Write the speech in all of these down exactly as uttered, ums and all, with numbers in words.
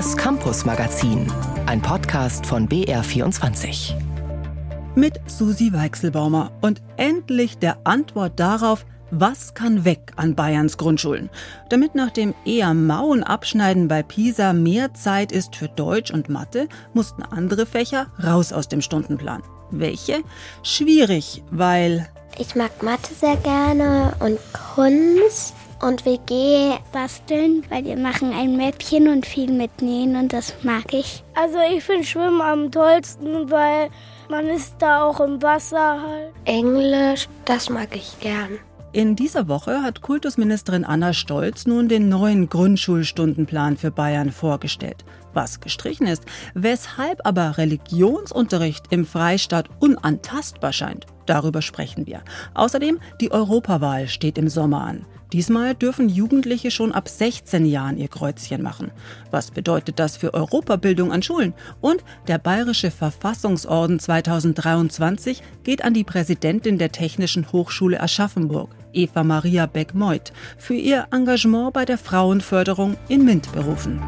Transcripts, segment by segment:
Das Campus-Magazin, ein Podcast von B R vierundzwanzig. Mit Susi Weichselbaumer und endlich der Antwort darauf, was kann weg an Bayerns Grundschulen? Damit nach dem eher mauen Abschneiden bei PISA mehr Zeit ist für Deutsch und Mathe, mussten andere Fächer raus aus dem Stundenplan. Welche? Schwierig, weil... Ich mag Mathe sehr gerne und Kunst und W G basteln, weil wir machen ein Mäppchen und viel mitnähen und das mag ich. Also ich finde Schwimmen am tollsten, weil man ist da auch im Wasser halt. Englisch, das mag ich gern. In dieser Woche hat Kultusministerin Anna Stolz nun den neuen Grundschulstundenplan für Bayern vorgestellt. Was gestrichen ist, weshalb aber Religionsunterricht im Freistaat unantastbar scheint, darüber sprechen wir. Außerdem die Europawahl steht im Sommer an. Diesmal dürfen Jugendliche schon ab sechzehn Jahren ihr Kreuzchen machen. Was bedeutet das für Europabildung an Schulen? Und der Bayerische Verfassungsorden zweitausenddreiundzwanzig geht an die Präsidentin der Technischen Hochschule Aschaffenburg, Eva Maria Beck-Meuth, für ihr Engagement bei der Frauenförderung in MINT-Berufen.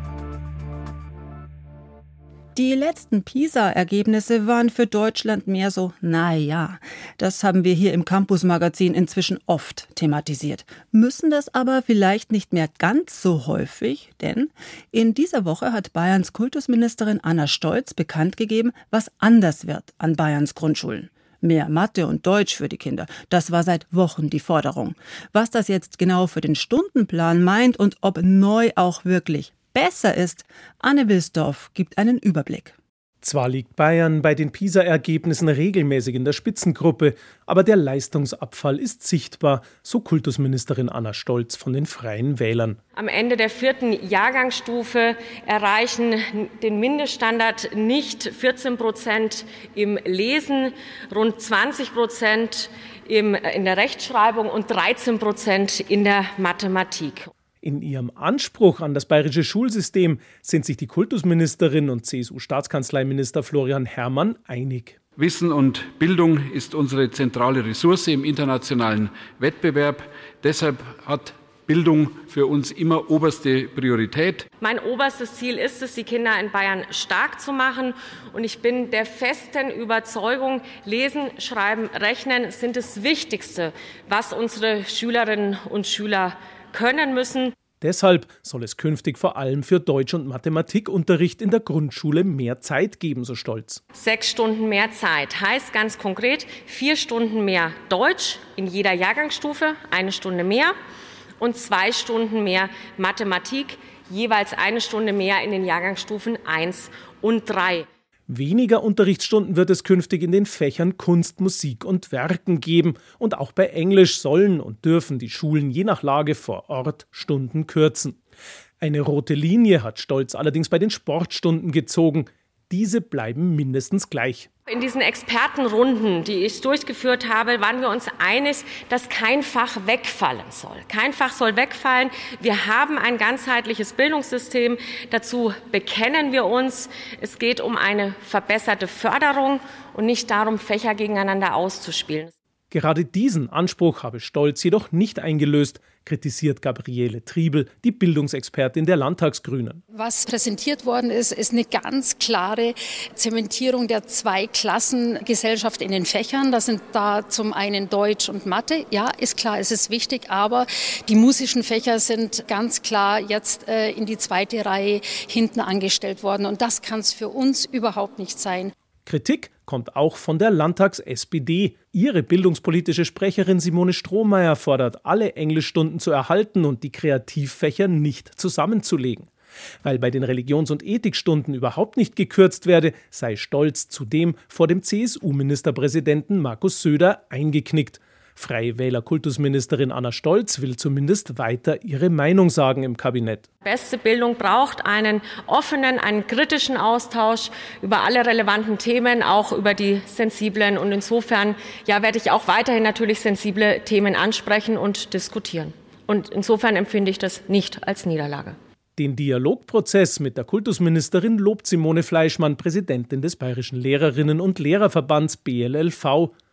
Die letzten PISA-Ergebnisse waren für Deutschland mehr so, naja, das haben wir hier im Campus-Magazin inzwischen oft thematisiert. Müssen das aber vielleicht nicht mehr ganz so häufig, denn in dieser Woche hat Bayerns Kultusministerin Anna Stolz bekannt gegeben, was anders wird an Bayerns Grundschulen. Mehr Mathe und Deutsch für die Kinder, das war seit Wochen die Forderung. Was das jetzt genau für den Stundenplan meint und ob neu auch wirklich besser ist, Anne Wilsdorf gibt einen Überblick. Zwar liegt Bayern bei den PISA-Ergebnissen regelmäßig in der Spitzengruppe, aber der Leistungsabfall ist sichtbar, so Kultusministerin Anna Stolz von den Freien Wählern. Am Ende der vierten Jahrgangsstufe erreichen den Mindeststandard nicht vierzehn Prozent im Lesen, rund zwanzig Prozent in der Rechtschreibung und dreizehn Prozent in der Mathematik. In ihrem Anspruch an das bayerische Schulsystem sind sich die Kultusministerin und C S U-Staatskanzleiminister Florian Herrmann einig. Wissen und Bildung ist unsere zentrale Ressource im internationalen Wettbewerb. Deshalb hat Bildung für uns immer oberste Priorität. Mein oberstes Ziel ist es, die Kinder in Bayern stark zu machen. Und ich bin der festen Überzeugung, Lesen, Schreiben, Rechnen sind das Wichtigste, was unsere Schülerinnen und Schüler können müssen. Deshalb soll es künftig vor allem für Deutsch- und Mathematikunterricht in der Grundschule mehr Zeit geben, so Stolz. Sechs Stunden mehr Zeit heißt ganz konkret vier Stunden mehr Deutsch in jeder Jahrgangsstufe, eine Stunde mehr und zwei Stunden mehr Mathematik, jeweils eine Stunde mehr in den Jahrgangsstufen eins und drei. Weniger Unterrichtsstunden wird es künftig in den Fächern Kunst, Musik und Werken geben. Und auch bei Englisch sollen und dürfen die Schulen je nach Lage vor Ort Stunden kürzen. Eine rote Linie hat Stolz allerdings bei den Sportstunden gezogen. Diese bleiben mindestens gleich. In diesen Expertenrunden, die ich durchgeführt habe, waren wir uns einig, dass kein Fach wegfallen soll. Kein Fach soll wegfallen. Wir haben ein ganzheitliches Bildungssystem. Dazu bekennen wir uns. Es geht um eine verbesserte Förderung und nicht darum, Fächer gegeneinander auszuspielen. Gerade diesen Anspruch habe Stolz jedoch nicht eingelöst, kritisiert Gabriele Triebel, die Bildungsexpertin der Landtagsgrünen. Was präsentiert worden ist, ist eine ganz klare Zementierung der Zweiklassengesellschaft in den Fächern. Das sind da zum einen Deutsch und Mathe. Ja, ist klar, es ist wichtig, aber die musischen Fächer sind ganz klar jetzt äh, in die zweite Reihe hinten angestellt worden. Und das kann es für uns überhaupt nicht sein. Kritik kommt auch von der Landtags-S P D. Ihre bildungspolitische Sprecherin Simone Strohmeier fordert, alle Englischstunden zu erhalten und die Kreativfächer nicht zusammenzulegen. Weil bei den Religions- und Ethikstunden überhaupt nicht gekürzt werde, sei Stolz zudem vor dem C S U-Ministerpräsidenten Markus Söder eingeknickt. Freie Wähler-Kultusministerin Anna Stolz will zumindest weiter ihre Meinung sagen im Kabinett. Beste Bildung braucht einen offenen, einen kritischen Austausch über alle relevanten Themen, auch über die sensiblen. Und insofern ja, werde ich auch weiterhin natürlich sensible Themen ansprechen und diskutieren. Und insofern empfinde ich das nicht als Niederlage. Den Dialogprozess mit der Kultusministerin lobt Simone Fleischmann, Präsidentin des Bayerischen Lehrerinnen- und Lehrerverbands B L L V.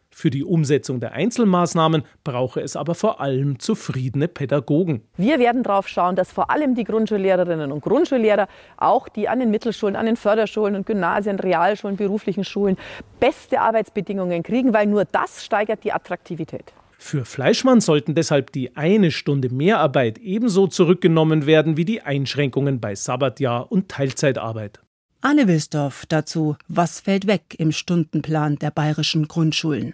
Für die Umsetzung der Einzelmaßnahmen brauche es aber vor allem zufriedene Pädagogen. Wir werden darauf schauen, dass vor allem die Grundschullehrerinnen und Grundschullehrer, auch die an den Mittelschulen, an den Förderschulen und Gymnasien, Realschulen, beruflichen Schulen, beste Arbeitsbedingungen kriegen, weil nur das steigert die Attraktivität. Für Fleischmann sollten deshalb die eine Stunde Mehrarbeit ebenso zurückgenommen werden wie die Einschränkungen bei Sabbatjahr und Teilzeitarbeit. Anne Wilsdorf dazu, was fällt weg im Stundenplan der bayerischen Grundschulen.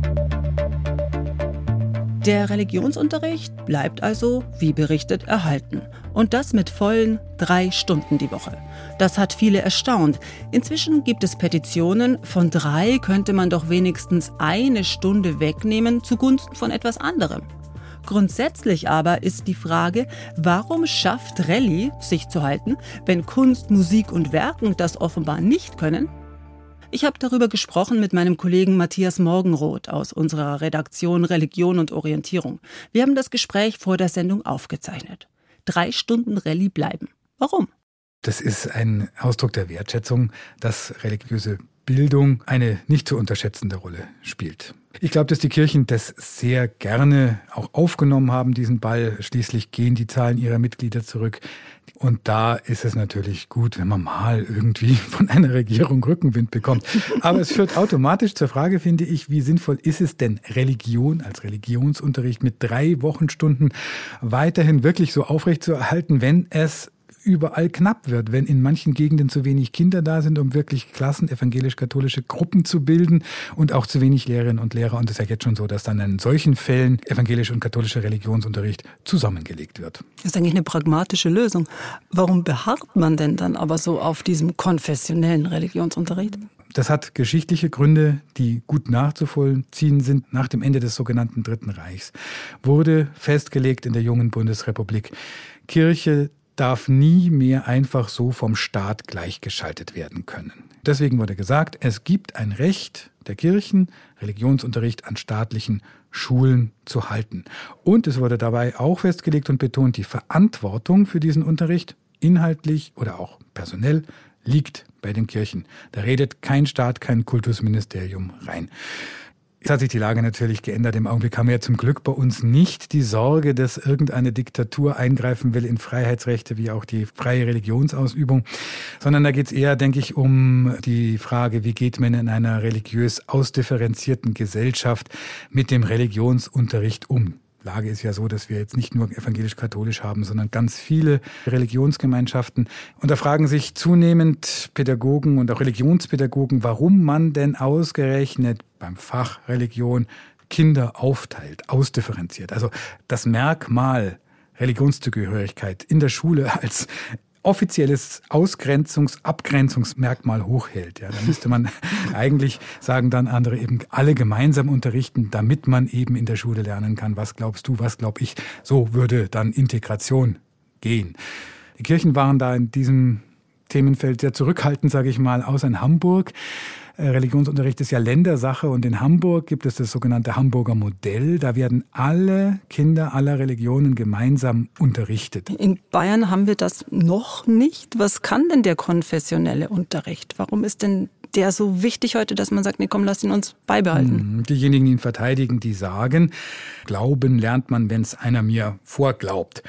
Der Religionsunterricht bleibt also, wie berichtet, erhalten. Und das mit vollen drei Stunden die Woche. Das hat viele erstaunt. Inzwischen gibt es Petitionen, von drei könnte man doch wenigstens eine Stunde wegnehmen zugunsten von etwas anderem. Grundsätzlich aber ist die Frage, warum schafft Rallye sich zu halten, wenn Kunst, Musik und Werken das offenbar nicht können? Ich habe darüber gesprochen mit meinem Kollegen Matthias Morgenroth aus unserer Redaktion Religion und Orientierung. Wir haben das Gespräch vor der Sendung aufgezeichnet. Drei Stunden Rallye bleiben. Warum? Das ist ein Ausdruck der Wertschätzung, dass religiöse Bildung eine nicht zu unterschätzende Rolle spielt. Ich glaube, dass die Kirchen das sehr gerne auch aufgenommen haben, diesen Ball. Schließlich gehen die Zahlen ihrer Mitglieder zurück. Und da ist es natürlich gut, wenn man mal irgendwie von einer Regierung Rückenwind bekommt. Aber es führt automatisch zur Frage, finde ich, wie sinnvoll ist es denn, Religion als Religionsunterricht mit drei Wochenstunden weiterhin wirklich so aufrechtzuerhalten, wenn es überall knapp wird, wenn in manchen Gegenden zu wenig Kinder da sind, um wirklich Klassen, evangelisch-katholische Gruppen zu bilden und auch zu wenig Lehrerinnen und Lehrer. Und es ist ja jetzt schon so, dass dann in solchen Fällen evangelisch- und katholischer Religionsunterricht zusammengelegt wird. Das ist eigentlich eine pragmatische Lösung. Warum beharrt man denn dann aber so auf diesem konfessionellen Religionsunterricht? Das hat geschichtliche Gründe, die gut nachzuvollziehen sind. Nach dem Ende des sogenannten Dritten Reichs wurde festgelegt in der jungen Bundesrepublik, Kirche darf nie mehr einfach so vom Staat gleichgeschaltet werden können. Deswegen wurde gesagt, es gibt ein Recht der Kirchen, Religionsunterricht an staatlichen Schulen zu halten. Und es wurde dabei auch festgelegt und betont, die Verantwortung für diesen Unterricht, inhaltlich oder auch personell, liegt bei den Kirchen. Da redet kein Staat, kein Kultusministerium rein. Jetzt hat sich die Lage natürlich geändert. Im Augenblick haben wir ja zum Glück bei uns nicht die Sorge, dass irgendeine Diktatur eingreifen will in Freiheitsrechte wie auch die freie Religionsausübung, sondern da geht es eher, denke ich, um die Frage, wie geht man in einer religiös ausdifferenzierten Gesellschaft mit dem Religionsunterricht um. Lage ist ja so, dass wir jetzt nicht nur evangelisch-katholisch haben, sondern ganz viele Religionsgemeinschaften. Und da fragen sich zunehmend Pädagogen und auch Religionspädagogen, warum man denn ausgerechnet beim Fach Religion Kinder aufteilt, ausdifferenziert. Also das Merkmal Religionszugehörigkeit in der Schule als offizielles Ausgrenzungs-, Abgrenzungsmerkmal hochhält. Ja, da müsste man eigentlich sagen, dann andere eben alle gemeinsam unterrichten, damit man eben in der Schule lernen kann, was glaubst du, was glaub ich. So würde dann Integration gehen. Die Kirchen waren da in diesem Themenfeld sehr zurückhaltend, sage ich mal, außer in Hamburg. Religionsunterricht ist ja Ländersache und in Hamburg gibt es das sogenannte Hamburger Modell. Da werden alle Kinder aller Religionen gemeinsam unterrichtet. In Bayern haben wir das noch nicht. Was kann denn der konfessionelle Unterricht? Warum ist denn der so wichtig heute, dass man sagt, nee, komm, lass ihn uns beibehalten? Diejenigen, die ihn verteidigen, die sagen, Glauben lernt man, wenn es einer mir vorglaubt.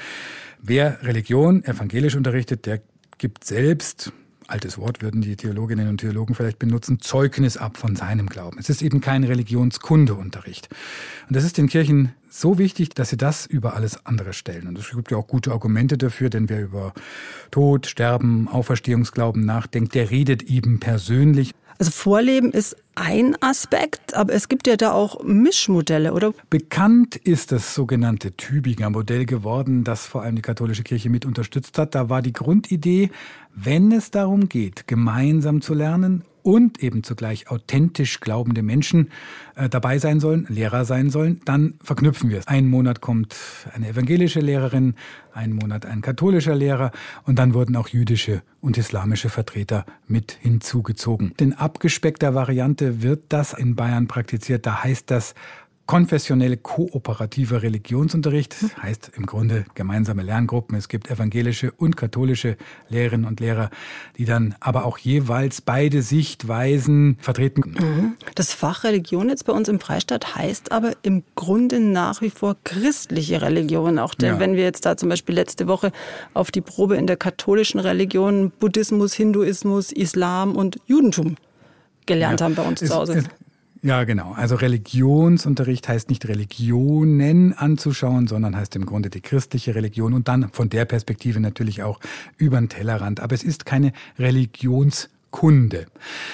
Wer Religion evangelisch unterrichtet, der gibt selbst, altes Wort würden die Theologinnen und Theologen vielleicht benutzen, Zeugnis ab von seinem Glauben. Es ist eben kein Religionskundeunterricht. Und das ist den Kirchen so wichtig, dass sie das über alles andere stellen. Und es gibt ja auch gute Argumente dafür, denn wer über Tod, Sterben, Auferstehungsglauben nachdenkt, der redet eben persönlich. Also Vorleben ist ein Aspekt, aber es gibt ja da auch Mischmodelle, oder? Bekannt ist das sogenannte Tübinger Modell geworden, das vor allem die katholische Kirche mit unterstützt hat. Da war die Grundidee, wenn es darum geht, gemeinsam zu lernen und eben zugleich authentisch glaubende Menschen äh, dabei sein sollen, Lehrer sein sollen, dann verknüpfen wir es. Einen Monat kommt eine evangelische Lehrerin, einen Monat ein katholischer Lehrer und dann wurden auch jüdische und islamische Vertreter mit hinzugezogen. In abgespeckter Variante wird das in Bayern praktiziert. Da heißt das konfessionelle kooperativer Religionsunterricht, heißt im Grunde gemeinsame Lerngruppen. Es gibt evangelische und katholische Lehrerinnen und Lehrer, die dann aber auch jeweils beide Sichtweisen vertreten. Das Fach Religion jetzt bei uns im Freistaat heißt aber im Grunde nach wie vor christliche Religion. Auch denn, ja. wenn wir jetzt da zum Beispiel letzte Woche auf die Probe in der katholischen Religion Buddhismus, Hinduismus, Islam und Judentum gelernt ja. haben bei uns es, zu Hause. Es, Ja, genau. Also Religionsunterricht heißt nicht Religionen anzuschauen, sondern heißt im Grunde die christliche Religion und dann von der Perspektive natürlich auch über den Tellerrand. Aber es ist keine Religionskunde.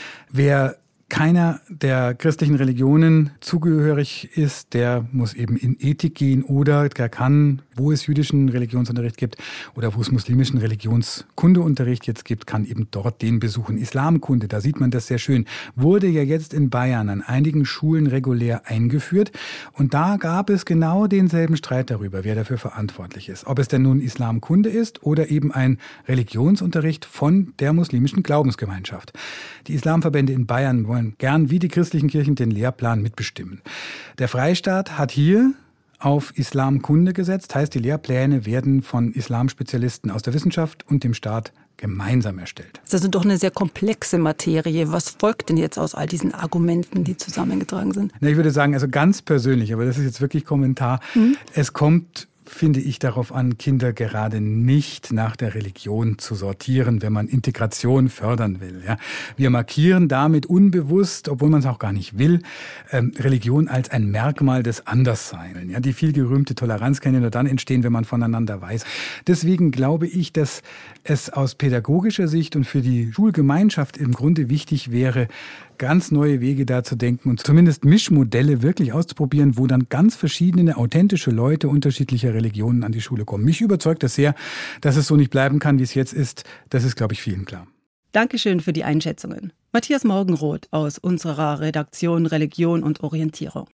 Wer keiner der christlichen Religionen zugehörig ist, der muss eben in Ethik gehen oder der kann, wo es jüdischen Religionsunterricht gibt oder wo es muslimischen Religionskundeunterricht jetzt gibt, kann eben dort den besuchen. Islamkunde, da sieht man das sehr schön, wurde ja jetzt in Bayern an einigen Schulen regulär eingeführt und da gab es genau denselben Streit darüber, wer dafür verantwortlich ist. Ob es denn nun Islamkunde ist oder eben ein Religionsunterricht von der muslimischen Glaubensgemeinschaft. Die Islamverbände in Bayern wollen gern wie die christlichen Kirchen den Lehrplan mitbestimmen. Der Freistaat hat hier auf Islamkunde gesetzt, heißt, die Lehrpläne werden von Islamspezialisten aus der Wissenschaft und dem Staat gemeinsam erstellt. Das ist doch eine sehr komplexe Materie. Was folgt denn jetzt aus all diesen Argumenten, die zusammengetragen sind? Na, ich würde sagen, also ganz persönlich, aber das ist jetzt wirklich Kommentar. Mhm. Es kommt, finde ich, darauf an, Kinder gerade nicht nach der Religion zu sortieren, wenn man Integration fördern will. Ja. Wir markieren damit unbewusst, obwohl man es auch gar nicht will, ähm, Religion als ein Merkmal des Andersseins. Ja. Die viel gerühmte Toleranz kann ja nur dann entstehen, wenn man voneinander weiß. Deswegen glaube ich, dass es aus pädagogischer Sicht und für die Schulgemeinschaft im Grunde wichtig wäre, ganz neue Wege da zu denken und zumindest Mischmodelle wirklich auszuprobieren, wo dann ganz verschiedene, authentische Leute unterschiedlicher Religionen an die Schule kommen. Mich überzeugt das sehr, dass es so nicht bleiben kann, wie es jetzt ist. Das ist, glaube ich, vielen klar. Dankeschön für die Einschätzungen. Matthias Morgenroth aus unserer Redaktion Religion und Orientierung.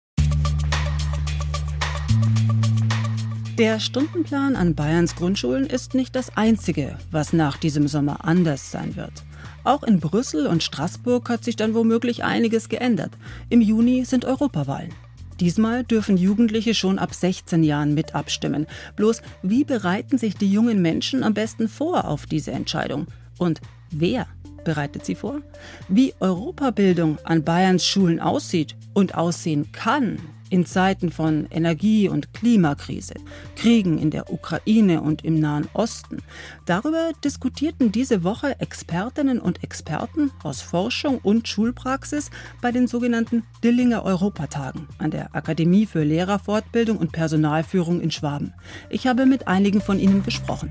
Der Stundenplan an Bayerns Grundschulen ist nicht das Einzige, was nach diesem Sommer anders sein wird. Auch in Brüssel und Straßburg hat sich dann womöglich einiges geändert. Im Juni sind Europawahlen. Diesmal dürfen Jugendliche schon ab sechzehn Jahren mit abstimmen. Bloß, wie bereiten sich die jungen Menschen am besten vor auf diese Entscheidung? Und wer bereitet sie vor? Wie Europabildung an Bayerns Schulen aussieht und aussehen kann in Zeiten von Energie- und Klimakrise, Kriegen in der Ukraine und im Nahen Osten. Darüber diskutierten diese Woche Expertinnen und Experten aus Forschung und Schulpraxis bei den sogenannten Dillinger Europatagen an der Akademie für Lehrerfortbildung und Personalführung in Schwaben. Ich habe mit einigen von ihnen gesprochen.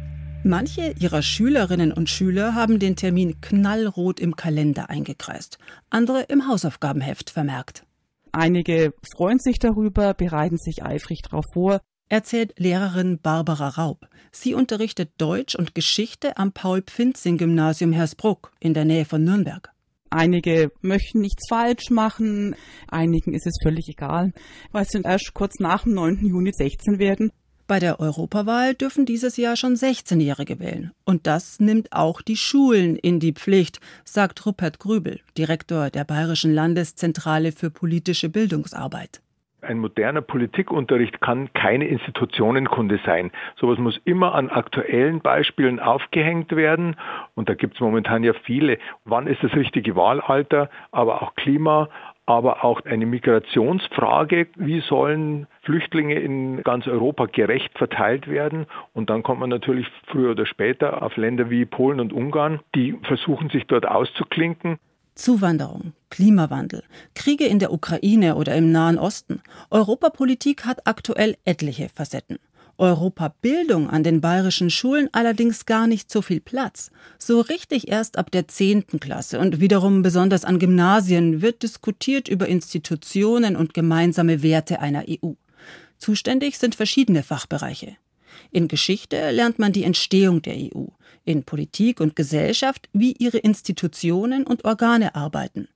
Manche ihrer Schülerinnen und Schüler haben den Termin knallrot im Kalender eingekreist, andere im Hausaufgabenheft vermerkt. Einige freuen sich darüber, bereiten sich eifrig darauf vor, erzählt Lehrerin Barbara Raub. Sie unterrichtet Deutsch und Geschichte am Paul-Pfinzing-Gymnasium Hersbruck in der Nähe von Nürnberg. Einige möchten nichts falsch machen, einigen ist es völlig egal, weil sie erst kurz nach dem neunten Juni sechzehn werden. Bei der Europawahl dürfen dieses Jahr schon sechzehnjährige wählen. Und das nimmt auch die Schulen in die Pflicht, sagt Rupert Grübel, Direktor der Bayerischen Landeszentrale für politische Bildungsarbeit. Ein moderner Politikunterricht kann keine Institutionenkunde sein. Sowas muss immer an aktuellen Beispielen aufgehängt werden. Und da gibt es momentan ja viele. Wann ist das richtige Wahlalter, aber auch Klima, aber auch eine Migrationsfrage. Wie sollen Flüchtlinge in ganz Europa gerecht verteilt werden? Und dann kommt man natürlich früher oder später auf Länder wie Polen und Ungarn, die versuchen, sich dort auszuklinken. Zuwanderung, Klimawandel, Kriege in der Ukraine oder im Nahen Osten. Europapolitik hat aktuell etliche Facetten. Europabildung an den bayerischen Schulen allerdings gar nicht so viel Platz. So richtig erst ab der zehnten Klasse und wiederum besonders an Gymnasien wird diskutiert über Institutionen und gemeinsame Werte einer E U. Zuständig sind verschiedene Fachbereiche. In Geschichte lernt man die Entstehung der E U, in Politik und Gesellschaft, wie ihre Institutionen und Organe arbeiten.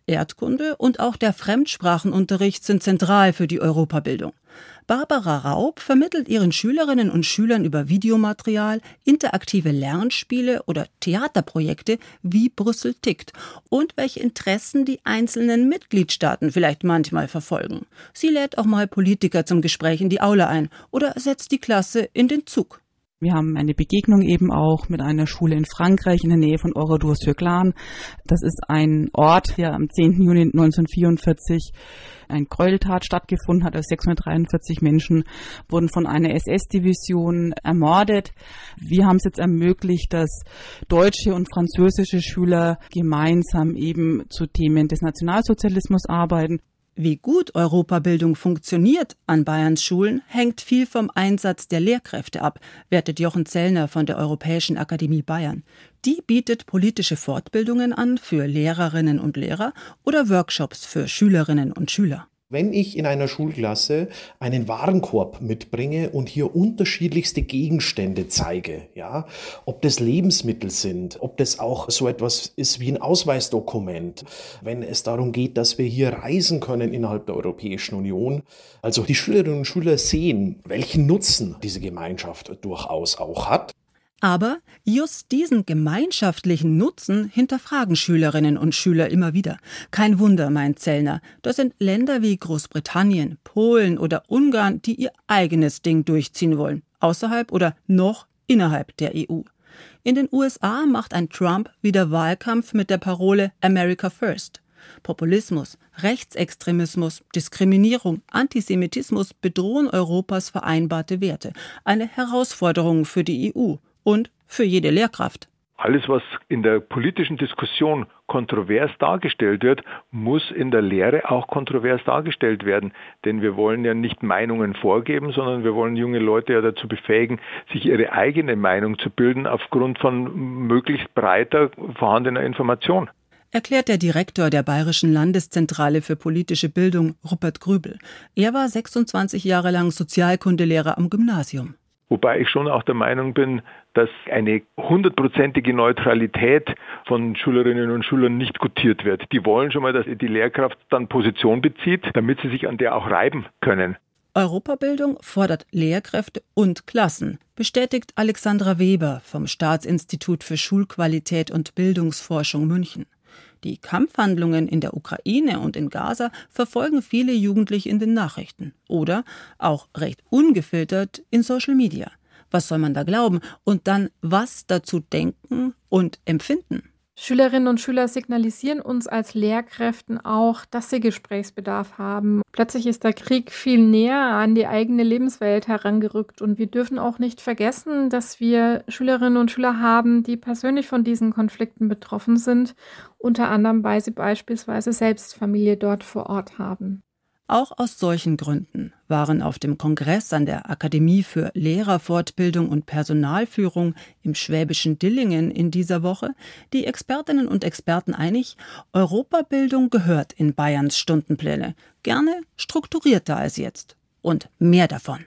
Erdkunde und auch der Fremdsprachenunterricht sind zentral für die Europabildung. Barbara Raub vermittelt ihren Schülerinnen und Schülern über Videomaterial, interaktive Lernspiele oder Theaterprojekte, wie Brüssel tickt und welche Interessen die einzelnen Mitgliedstaaten vielleicht manchmal verfolgen. Sie lädt auch mal Politiker zum Gespräch in die Aula ein oder setzt die Klasse in den Zug. Wir haben eine Begegnung eben auch mit einer Schule in Frankreich in der Nähe von Oradour-sur-Glane. Das ist ein Ort, der am zehnten Juni neunzehnhundertvierundvierzig ein Gräueltat stattgefunden hat. Also sechshundertdreiundvierzig Menschen wurden von einer S S-Division ermordet. Wir haben es jetzt ermöglicht, dass deutsche und französische Schüler gemeinsam eben zu Themen des Nationalsozialismus arbeiten. Wie gut Europabildung funktioniert an Bayerns Schulen, hängt viel vom Einsatz der Lehrkräfte ab, wertet Jochen Zellner von der Europäischen Akademie Bayern. Die bietet politische Fortbildungen an für Lehrerinnen und Lehrer oder Workshops für Schülerinnen und Schüler. Wenn ich in einer Schulklasse einen Warenkorb mitbringe und hier unterschiedlichste Gegenstände zeige, ja, ob das Lebensmittel sind, ob das auch so etwas ist wie ein Ausweisdokument, wenn es darum geht, dass wir hier reisen können innerhalb der Europäischen Union. Also die Schülerinnen und Schüler sehen, welchen Nutzen diese Gemeinschaft durchaus auch hat. Aber just diesen gemeinschaftlichen Nutzen hinterfragen Schülerinnen und Schüler immer wieder. Kein Wunder, meint Zellner. Das sind Länder wie Großbritannien, Polen oder Ungarn, die ihr eigenes Ding durchziehen wollen, außerhalb oder noch innerhalb der E U. In den U S A macht ein Trump wieder Wahlkampf mit der Parole America First. Populismus, Rechtsextremismus, Diskriminierung, Antisemitismus bedrohen Europas vereinbarte Werte. Eine Herausforderung für die E U. Und für jede Lehrkraft. Alles, was in der politischen Diskussion kontrovers dargestellt wird, muss in der Lehre auch kontrovers dargestellt werden. Denn wir wollen ja nicht Meinungen vorgeben, sondern wir wollen junge Leute ja dazu befähigen, sich ihre eigene Meinung zu bilden aufgrund von möglichst breiter vorhandener Information. Erklärt der Direktor der Bayerischen Landeszentrale für politische Bildung, Rupert Grübel. Er war sechsundzwanzig Jahre lang Sozialkundelehrer am Gymnasium. Wobei ich schon auch der Meinung bin, dass eine hundertprozentige Neutralität von Schülerinnen und Schülern nicht gutiert wird. Die wollen schon mal, dass die Lehrkraft dann Position bezieht, damit sie sich an der auch reiben können. Europabildung fordert Lehrkräfte und Klassen, bestätigt Alexandra Weber vom Staatsinstitut für Schulqualität und Bildungsforschung München. Die Kampfhandlungen in der Ukraine und in Gaza verfolgen viele Jugendliche in den Nachrichten oder auch recht ungefiltert in Social Media. Was soll man da glauben und dann was dazu denken und empfinden? Schülerinnen und Schüler signalisieren uns als Lehrkräften auch, dass sie Gesprächsbedarf haben. Plötzlich ist der Krieg viel näher an die eigene Lebenswelt herangerückt und wir dürfen auch nicht vergessen, dass wir Schülerinnen und Schüler haben, die persönlich von diesen Konflikten betroffen sind, unter anderem, weil sie beispielsweise selbst Familie dort vor Ort haben. Auch aus solchen Gründen waren auf dem Kongress an der Akademie für Lehrerfortbildung und Personalführung im schwäbischen Dillingen in dieser Woche die Expertinnen und Experten einig, Europabildung gehört in Bayerns Stundenpläne, gerne strukturierter als jetzt und mehr davon.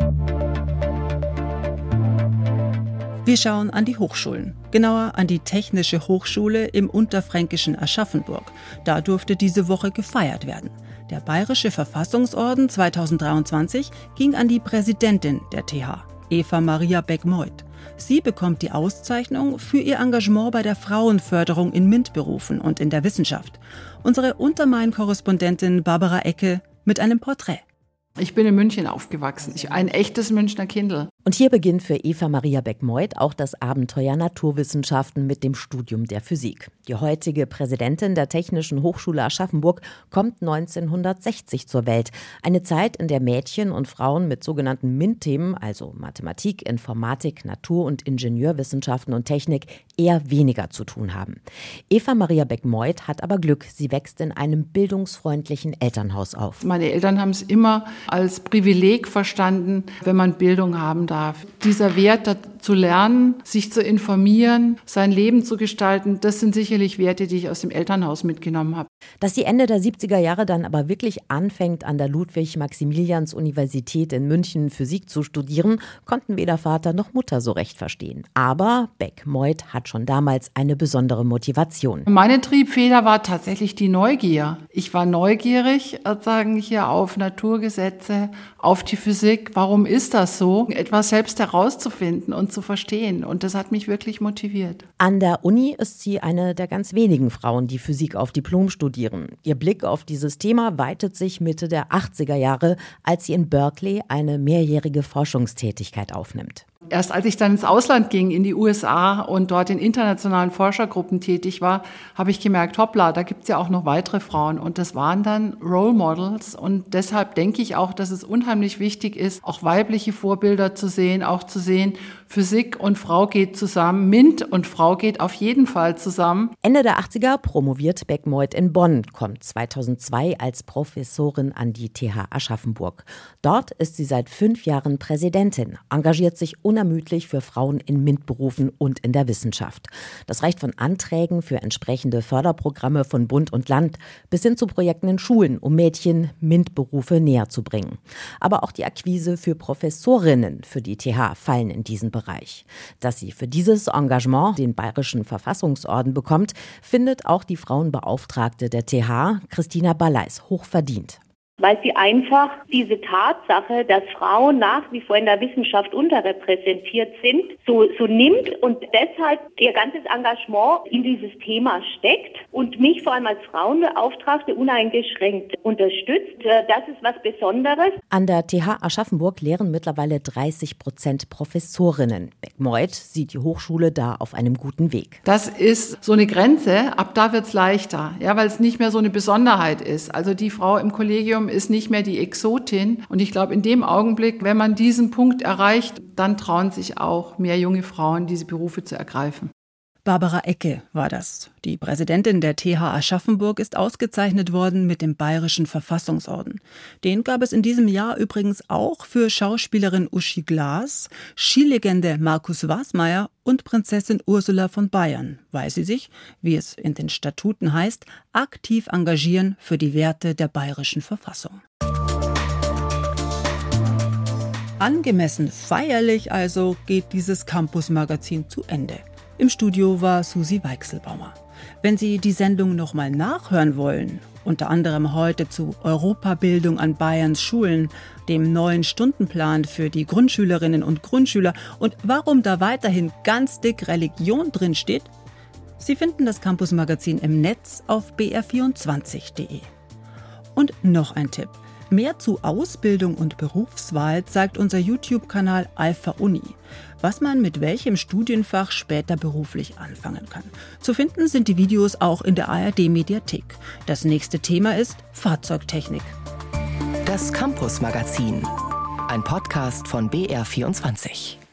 Wir schauen an die Hochschulen, genauer an die Technische Hochschule im unterfränkischen Aschaffenburg. Da durfte diese Woche gefeiert werden. Der Bayerische Verfassungsorden zweitausenddreiundzwanzig ging an die Präsidentin der T H, Eva Maria Beck-Meuth. Sie bekommt die Auszeichnung für ihr Engagement bei der Frauenförderung in MINT-Berufen und in der Wissenschaft. Unsere Untermain-Korrespondentin Barbara Ecke mit einem Porträt. Ich bin in München aufgewachsen. Ich, ein echtes Münchner Kindl. Und hier beginnt für Eva Maria Beck-Meuth auch das Abenteuer Naturwissenschaften mit dem Studium der Physik. Die heutige Präsidentin der Technischen Hochschule Aschaffenburg kommt neunzehnhundertsechzig zur Welt. Eine Zeit, in der Mädchen und Frauen mit sogenannten MINT-Themen, also Mathematik, Informatik, Natur- und Ingenieurwissenschaften und Technik, eher weniger zu tun haben. Eva Maria Beck-Meuth hat aber Glück. Sie wächst in einem bildungsfreundlichen Elternhaus auf. Meine Eltern haben es immer als Privileg verstanden, wenn man Bildung haben darf. Dieser Wert, zu lernen, sich zu informieren, sein Leben zu gestalten, das sind sicherlich Werte, die ich aus dem Elternhaus mitgenommen habe. Dass sie Ende der siebziger Jahre dann aber wirklich anfängt, an der Ludwig-Maximilians-Universität in München Physik zu studieren, konnten weder Vater noch Mutter so recht verstehen. Aber Beck-Meuth hat schon damals eine besondere Motivation. Meine Triebfeder war tatsächlich die Neugier. Ich war neugierig, sagen hier auf Naturgesetze, auf die Physik. Warum ist das so? Etwas selbst herauszufinden und zu verstehen. Und das hat mich wirklich motiviert. An der Uni ist sie eine der ganz wenigen Frauen, die Physik auf Diplom studieren. Ihr Blick auf dieses Thema weitet sich Mitte der achtziger Jahre, als sie in Berkeley eine mehrjährige Forschungstätigkeit aufnimmt. Erst als ich dann ins Ausland ging, in die U S A und dort in internationalen Forschergruppen tätig war, habe ich gemerkt, hoppla, da gibt es ja auch noch weitere Frauen. Und das waren dann Role Models. Und deshalb denke ich auch, dass es unheimlich wichtig ist, auch weibliche Vorbilder zu sehen, auch zu sehen, Physik und Frau geht zusammen, MINT und Frau geht auf jeden Fall zusammen. Ende der achtziger promoviert Beck-Meuth in Bonn, kommt zweitausendzwei als Professorin an die T H Aschaffenburg. Dort ist sie seit fünf Jahren Präsidentin, engagiert sich unermüdlich für Frauen in MINT-Berufen und in der Wissenschaft. Das reicht von Anträgen für entsprechende Förderprogramme von Bund und Land bis hin zu Projekten in Schulen, um Mädchen MINT-Berufe näher zu bringen. Aber auch die Akquise für Professorinnen für die T H fallen in diesen Bereich. Dass sie für dieses Engagement den Bayerischen Verfassungsorden bekommt, findet auch die Frauenbeauftragte der T H, Christina Balleis, hochverdient. Weil sie einfach diese Tatsache, dass Frauen nach wie vor in der Wissenschaft unterrepräsentiert sind, so, so nimmt und deshalb ihr ganzes Engagement in dieses Thema steckt und mich vor allem als Frauenbeauftragte uneingeschränkt unterstützt. Das ist was Besonderes. An der T H Aschaffenburg lehren mittlerweile dreißig Prozent Professorinnen. Beck-Meuth sieht die Hochschule da auf einem guten Weg. Das ist so eine Grenze, ab da wird's leichter, ja, weil es nicht mehr so eine Besonderheit ist. Also die Frau im Kollegium ist nicht mehr die Exotin. Und ich glaube, in dem Augenblick, wenn man diesen Punkt erreicht, dann trauen sich auch mehr junge Frauen, diese Berufe zu ergreifen. Barbara Ecke war das. Die Präsidentin der T H Aschaffenburg ist ausgezeichnet worden mit dem Bayerischen Verfassungsorden. Den gab es in diesem Jahr übrigens auch für Schauspielerin Uschi Glas, Skilegende Markus Wasmeier und Prinzessin Ursula von Bayern, weil sie sich, wie es in den Statuten heißt, aktiv engagieren für die Werte der bayerischen Verfassung. Angemessen feierlich also geht dieses Campus-Magazin zu Ende. Im Studio war Susi Weichselbaumer. Wenn Sie die Sendung nochmal nachhören wollen, unter anderem heute zu Europabildung an Bayerns Schulen, dem neuen Stundenplan für die Grundschülerinnen und Grundschüler und warum da weiterhin ganz dick Religion drin steht, Sie finden das Campus-Magazin im Netz auf b r vierundzwanzig punkt de. Und noch ein Tipp. Mehr zu Ausbildung und Berufswahl zeigt unser YouTube-Kanal Alpha Uni, was man mit welchem Studienfach später beruflich anfangen kann. Zu finden sind die Videos auch in der A R D-Mediathek. Das nächste Thema ist Fahrzeugtechnik. Das Campus-Magazin, ein Podcast von B R vierundzwanzig.